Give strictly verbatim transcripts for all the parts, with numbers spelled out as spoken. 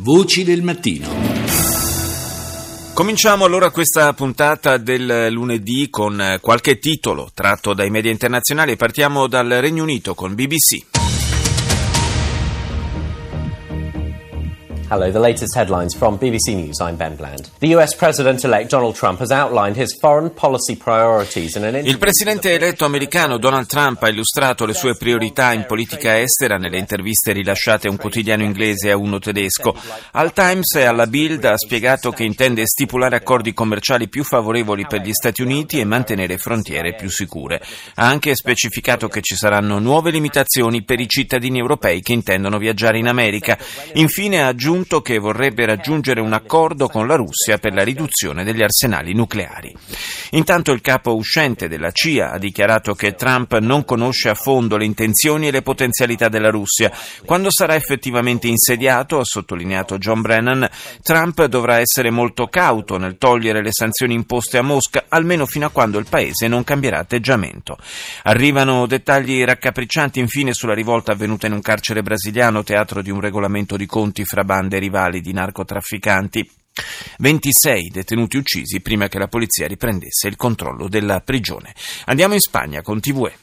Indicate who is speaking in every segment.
Speaker 1: Voci del mattino.
Speaker 2: Cominciamo allora questa puntata del lunedì con qualche titolo tratto dai media internazionali. Partiamo dal Regno Unito con B B C.
Speaker 3: Hello, the latest headlines from B B C News. I'm Ben Bland. The U S President-elect Donald Trump has outlined his foreign policy priorities in an interview.
Speaker 2: Il presidente eletto americano Donald Trump ha illustrato le sue priorità in politica estera nelle interviste rilasciate a un quotidiano inglese e a uno tedesco. Al Times e alla Bild ha spiegato che intende stipulare accordi commerciali più favorevoli per gli Stati Uniti e mantenere frontiere più sicure. Ha anche specificato che ci saranno nuove limitazioni per i cittadini europei che intendono viaggiare in America. Infine ha aggiunto che vorrebbe raggiungere un accordo con la Russia per la riduzione degli arsenali nucleari. Intanto il capo uscente della C I A ha dichiarato che Trump non conosce a fondo le intenzioni e le potenzialità della Russia. Quando sarà effettivamente insediato, ha sottolineato John Brennan, Trump dovrà essere molto cauto nel togliere le sanzioni imposte a Mosca, almeno fino a quando il paese non cambierà atteggiamento. Arrivano dettagli raccapriccianti infine sulla rivolta avvenuta in un carcere brasiliano, teatro di un regolamento di conti fra bande rivali di narcotrafficanti. ventisei detenuti uccisi prima che la polizia riprendesse il controllo della prigione. Andiamo in Spagna con T V E.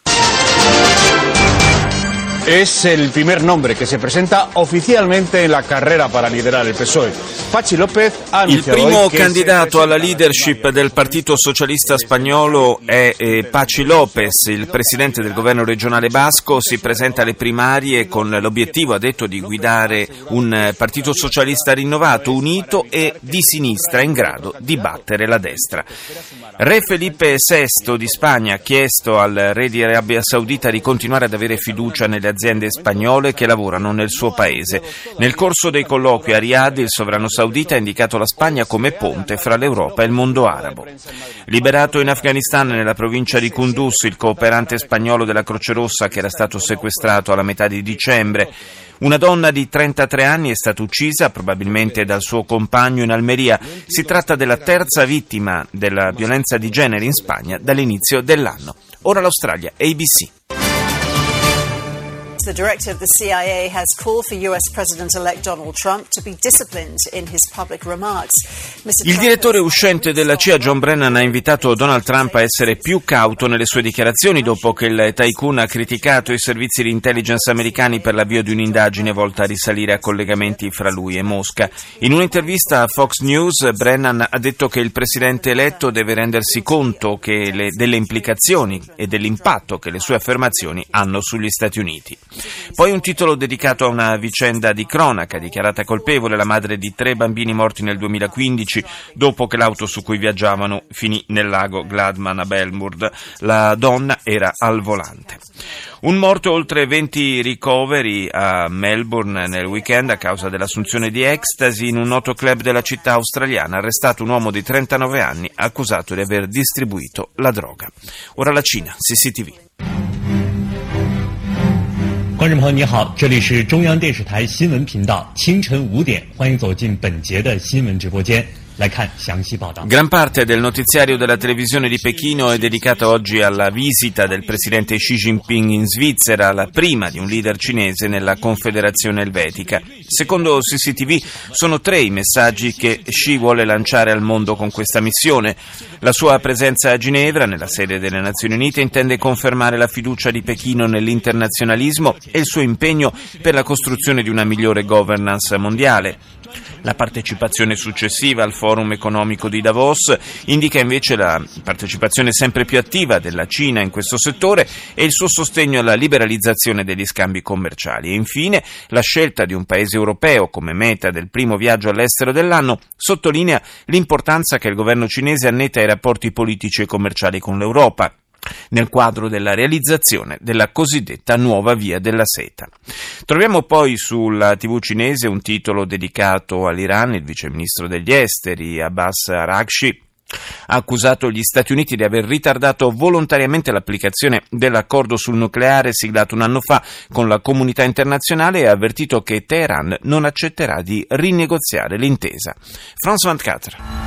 Speaker 4: Es el primer nombre que se presenta oficialmente en la carrera para liderar el P S O E. Pachi López ha
Speaker 2: Il primo candidato alla leadership del Partito Socialista Spagnolo è eh, Pachi López, il presidente del governo regionale basco. Si presenta alle primarie con l'obiettivo, ha detto, di guidare un Partito Socialista rinnovato, unito e di sinistra, in grado di battere la destra. Re Felipe sesto di Spagna ha chiesto al re di Arabia Saudita di continuare ad avere fiducia nelle aziende spagnole che lavorano nel suo paese. Nel corso dei colloqui a Riyadh, il sovrano saudita ha indicato la Spagna come ponte fra l'Europa e il mondo arabo. Liberato in Afghanistan, nella provincia di Kunduz, il cooperante spagnolo della Croce Rossa che era stato sequestrato alla metà di dicembre. Una donna di trentatré anni è stata uccisa, probabilmente dal suo compagno, in Almeria. Si tratta della terza vittima della violenza di genere in Spagna dall'inizio dell'anno. Ora l'Australia, A B C.
Speaker 5: The director of the C I A has called for U S President-elect Donald Trump to be disciplined in his public remarks.
Speaker 2: Il direttore uscente della C I A, John Brennan, ha invitato Donald Trump a essere più cauto nelle sue dichiarazioni dopo che il tycoon ha criticato i servizi di intelligence americani per l'avvio di un'indagine volta a risalire a collegamenti fra lui e Mosca. In un'intervista a Fox News, Brennan ha detto che il presidente eletto deve rendersi conto che le, delle implicazioni e dell'impatto che le sue affermazioni hanno sugli Stati Uniti. Poi un titolo dedicato a una vicenda di cronaca, dichiarata colpevole la madre di tre bambini morti nel duemilaquindici dopo che l'auto su cui viaggiavano finì nel lago Gladman a Belmurd. La donna era al volante. Un morto, oltre venti ricoveri a Melbourne nel weekend a causa dell'assunzione di ecstasy in un noto club della città australiana. Arrestato un uomo di trentanove anni accusato di aver distribuito la droga. Ora la Cina, C C T V.
Speaker 6: 观众朋友你好，这里是中央电视台新闻频道，清晨五点，欢迎走进本节的新闻直播间。
Speaker 2: Gran parte del notiziario della televisione di Pechino è dedicata oggi alla visita del presidente Xi Jinping in Svizzera, la prima di un leader cinese nella Confederazione Elvetica. Secondo C C T V sono tre i messaggi che Xi vuole lanciare al mondo con questa missione. La sua presenza a Ginevra, nella sede delle Nazioni Unite, intende confermare la fiducia di Pechino nell'internazionalismo e il suo impegno per la costruzione di una migliore governance mondiale. La partecipazione successiva al Forum economico di Davos indica invece la partecipazione sempre più attiva della Cina in questo settore e il suo sostegno alla liberalizzazione degli scambi commerciali. E infine la scelta di un paese europeo come meta del primo viaggio all'estero dell'anno sottolinea l'importanza che il governo cinese annetta ai rapporti politici e commerciali con l'Europa, nel quadro della realizzazione della cosiddetta nuova via della seta. Troviamo poi sulla tivù cinese un titolo dedicato all'Iran. Il viceministro degli esteri Abbas Araghchi ha accusato gli Stati Uniti di aver ritardato volontariamente l'applicazione dell'accordo sul nucleare siglato un anno fa con la comunità internazionale e ha avvertito che Teheran non accetterà di rinegoziare l'intesa. France ventiquattro.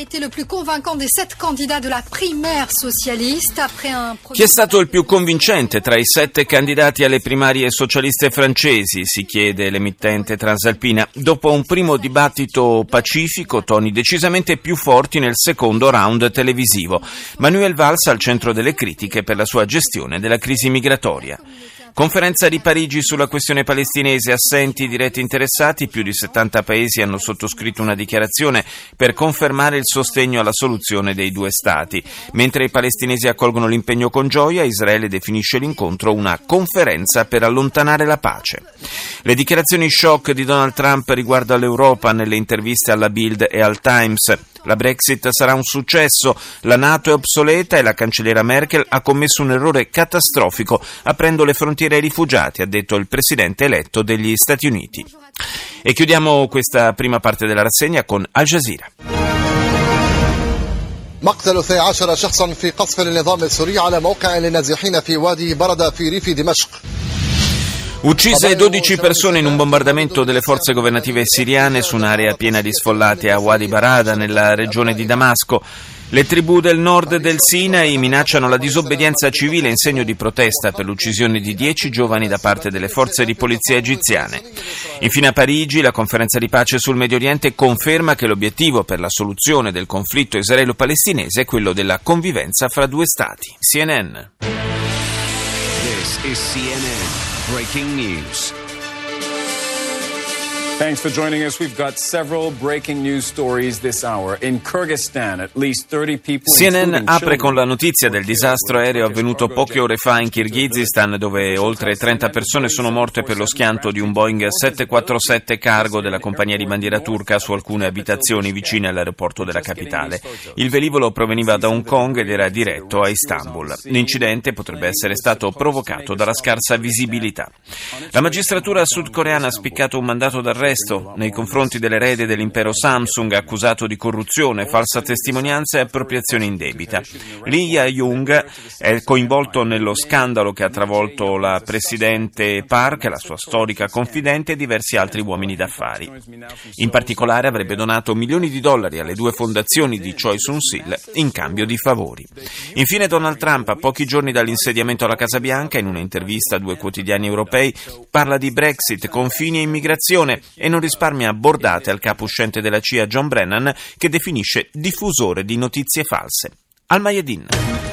Speaker 1: été le plus convaincant des sept candidats de la primaire socialiste après un...
Speaker 2: Chi è stato il più convincente tra i sette candidati alle primarie socialiste francesi, si chiede l'emittente transalpina, dopo un primo dibattito pacifico, toni decisamente più forti nel secondo round televisivo. Manuel Valls al centro delle critiche per la sua gestione della crisi migratoria. Conferenza di Parigi sulla questione palestinese, assenti i diretti interessati, più di settanta paesi hanno sottoscritto una dichiarazione per confermare il sostegno alla soluzione dei due stati. Mentre i palestinesi accolgono l'impegno con gioia, Israele definisce l'incontro una conferenza per allontanare la pace. Le dichiarazioni shock di Donald Trump riguardo all'Europa nelle interviste alla Bild e al Times. La Brexit sarà un successo, la NATO è obsoleta e la cancelliera Merkel ha commesso un errore catastrofico aprendo le frontiere ai rifugiati, ha detto il presidente eletto degli Stati Uniti. E chiudiamo questa prima parte della rassegna con Al Jazeera.
Speaker 7: مقتل اثني عشر شخصا في قصف للنظام السوري على موقع للنازحين في وادي بردة في ريف دمشق.
Speaker 2: Uccise dodici persone in un bombardamento delle forze governative siriane su un'area piena di sfollati a Wadi Barada, nella regione di Damasco. Le tribù del nord del Sinai minacciano la disobbedienza civile in segno di protesta per l'uccisione di dieci giovani da parte delle forze di polizia egiziane. Infine a Parigi la conferenza di pace sul Medio Oriente conferma che l'obiettivo per la soluzione del conflitto israelo-palestinese è quello della convivenza fra due stati. C N N.
Speaker 8: This is C N N. Breaking news.
Speaker 9: Thanks for joining us. We've got several breaking news stories this hour. In Kyrgyzstan, at least thirty people.
Speaker 2: C N N apre con la notizia del disastro aereo avvenuto poche ore fa in Kirghizistan, dove oltre trenta persone sono morte per lo schianto di un Boeing sette quattro sette cargo della compagnia di bandiera turca su alcune abitazioni vicine all'aeroporto della capitale. Il velivolo proveniva da Hong Kong ed era diretto a Istanbul. L'incidente potrebbe essere stato provocato dalla scarsa visibilità. La magistratura sudcoreana ha spiccato un mandato d'arresto nei confronti dell'erede dell'impero Samsung, accusato di corruzione, falsa testimonianza e appropriazione indebita. Lee Jae-yong è coinvolto nello scandalo che ha travolto la presidente Park, la sua storica confidente e diversi altri uomini d'affari. In particolare avrebbe donato milioni di dollari alle due fondazioni di Choi Soon-sil in cambio di favori. Infine Donald Trump, a pochi giorni dall'insediamento alla Casa Bianca, in un'intervista a due quotidiani europei, parla di Brexit, confini e immigrazione e non risparmia bordate al capo uscente della C I A John Brennan, che definisce diffusore di notizie false. Al Mayadin.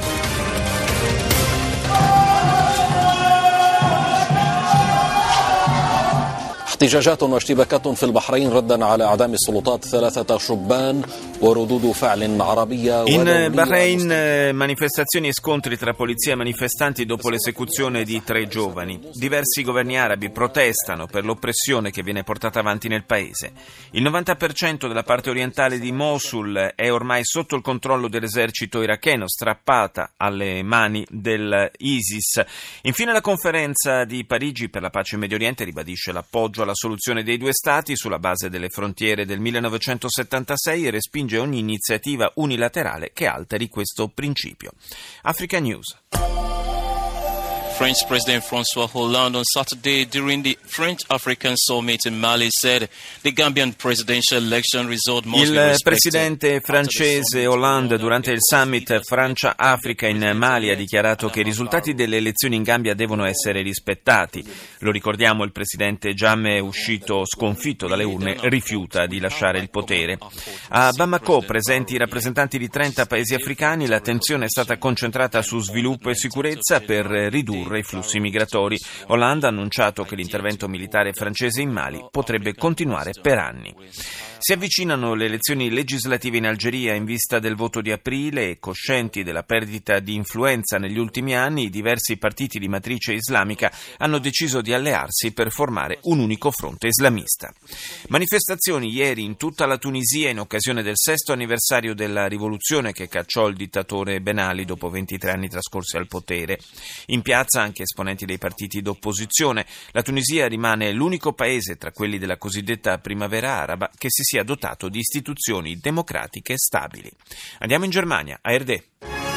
Speaker 10: احتجاجات واشتباكات في البحرين ردا على اعدام السلطات ثلاثة شبان وردود فعل عربية.
Speaker 2: In Bahrain manifestazioni e scontri tra polizia e manifestanti dopo l'esecuzione di tre giovani. Diversi governi arabi protestano per l'oppressione che viene portata avanti nel paese. Il novanta per cento della parte orientale di Mosul è ormai sotto il controllo dell'esercito iracheno, strappata alle mani dell'ISIS. Infine la conferenza di Parigi per la pace in Medio Oriente ribadisce l'appoggio alla la soluzione dei due stati sulla base delle frontiere del millenovecentosettantasei e respinge ogni iniziativa unilaterale che alteri questo principio. Africa News.
Speaker 11: French President François Hollande on Saturday during the French-African Summit in Mali said the Gambian presidential election result must be respected.
Speaker 2: Il presidente francese Hollande durante il summit Francia-Africa in Mali ha dichiarato che i risultati delle elezioni in Gambia devono essere rispettati. Lo ricordiamo, il presidente Jammeh, uscito sconfitto dalle urne, rifiuta di lasciare il potere. A Bamako, presenti i rappresentanti di trenta paesi africani, l'attenzione è stata concentrata su sviluppo e sicurezza per ridurre i flussi migratori. Hollande ha annunciato che l'intervento militare francese in Mali potrebbe continuare per anni. Si avvicinano le elezioni legislative in Algeria in vista del voto di aprile e, coscienti della perdita di influenza negli ultimi anni, i diversi partiti di matrice islamica hanno deciso di allearsi per formare un unico fronte islamista. Manifestazioni ieri in tutta la Tunisia in occasione del sesto anniversario della rivoluzione che cacciò il dittatore Ben Ali dopo ventitré anni trascorsi al potere. In piazza anche esponenti dei partiti d'opposizione. La Tunisia rimane l'unico paese tra quelli della cosiddetta primavera araba che si sia dotato di istituzioni democratiche stabili. Andiamo in Germania, A R D.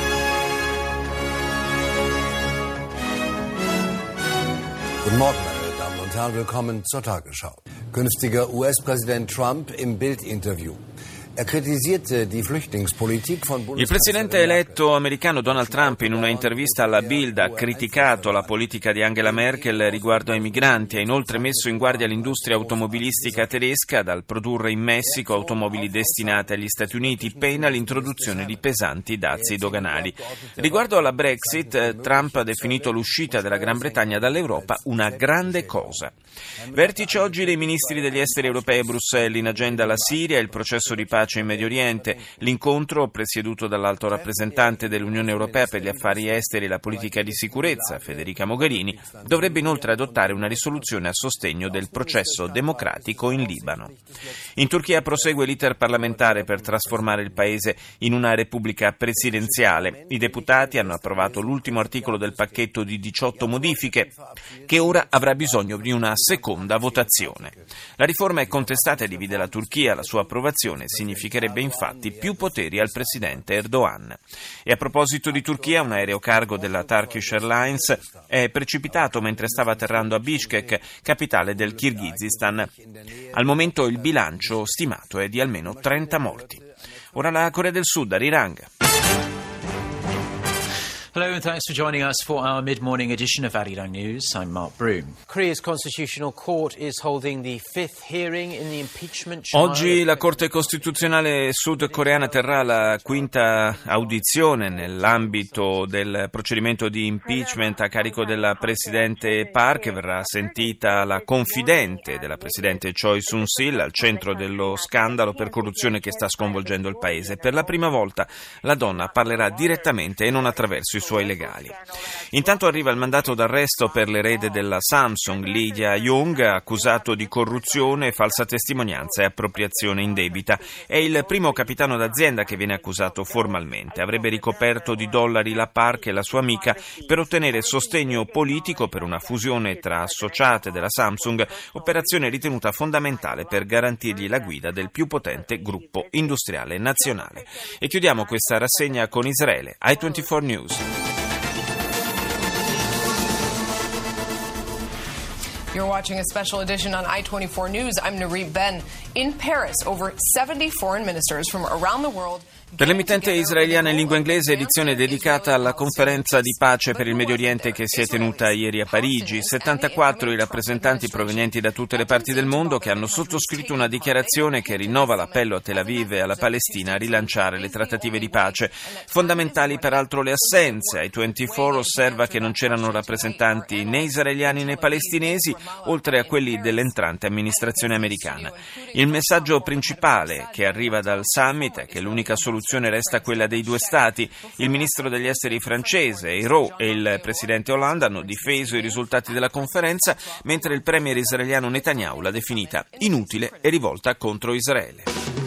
Speaker 12: Guten Morgen, meine Damen und Herren, willkommen zur Tagesschau. Künftiger U S-Präsident Trump im Bild-Interview. Er kritisierte die Flüchtlingspolitik von
Speaker 2: Il presidente eletto americano Donald Trump in una intervista alla Bild ha criticato la politica di Angela Merkel riguardo ai migranti, ha inoltre messo in guardia l'industria automobilistica tedesca dal produrre in Messico automobili destinate agli Stati Uniti, pena l'introduzione di pesanti dazi doganali. Riguardo alla Brexit, Trump ha definito l'uscita della Gran Bretagna dall'Europa una grande cosa. Vertice oggi dei ministri degli esteri europei a Bruxelles, in agenda la Siria e il processo di pace in Medio Oriente. L'incontro, presieduto dall'alto rappresentante dell'Unione Europea per gli affari esteri e la politica di sicurezza, Federica Mogherini, dovrebbe inoltre adottare una risoluzione a sostegno del processo democratico in Libano. In Turchia prosegue l'iter parlamentare per trasformare il paese in una repubblica presidenziale. I deputati hanno approvato l'ultimo articolo del pacchetto di diciotto modifiche, che ora avrà bisogno di una seconda votazione. La riforma è contestata e divide la Turchia. La sua approvazione significherebbe infatti più poteri al presidente Erdogan. E a proposito di Turchia, un aereo cargo della Turkish Airlines è precipitato mentre stava atterrando a Bishkek, capitale del Kirghizistan. Al momento il bilancio stimato è di almeno trenta morti. Ora la Corea del Sud, Arirang.
Speaker 13: Hello and thanks for joining us for our mid-morning edition of Arirang News. I'm Mark Broom.
Speaker 14: Korea's Constitutional Court is holding the fifth hearing in the impeachment trial.
Speaker 2: Oggi la Corte Costituzionale sudcoreana terrà la quinta audizione nell'ambito del procedimento di impeachment a carico della Presidente Park. Verrà sentita la confidente della Presidente Choi Soon-sil al centro dello scandalo per corruzione che sta sconvolgendo il paese. Per la prima volta la donna parlerà direttamente e non attraverso i suoi legali. Intanto arriva il mandato d'arresto per l'erede della Samsung, Lee Jae-yong, accusato di corruzione, falsa testimonianza e appropriazione indebita. È il primo capitano d'azienda che viene accusato formalmente. Avrebbe ricoperto di dollari la Park e la sua amica per ottenere sostegno politico per una fusione tra associate della Samsung, operazione ritenuta fondamentale per garantirgli la guida del più potente gruppo industriale nazionale. E chiudiamo questa rassegna con Israele. I ventiquattro News.
Speaker 15: You're watching a special edition on I twenty-four News. I'm Nareem Ben. In Paris, over seventy foreign ministers from around the world.
Speaker 2: Per l'emittente israeliana in lingua inglese, edizione dedicata alla conferenza di pace per il Medio Oriente che si è tenuta ieri a Parigi. settantaquattro i rappresentanti provenienti da tutte le parti del mondo che hanno sottoscritto una dichiarazione che rinnova l'appello a Tel Aviv e alla Palestina a rilanciare le trattative di pace. Fondamentali peraltro le assenze. I ventiquattro osserva che non c'erano rappresentanti né israeliani né palestinesi, oltre a quelli dell'entrante amministrazione americana. Il messaggio principale che arriva dal summit è che l'unica soluzione resta quella dei due stati. Il ministro degli esteri francese Ayrault e il presidente Hollande hanno difeso i risultati della conferenza, mentre il premier israeliano Netanyahu l'ha definita inutile e rivolta contro Israele.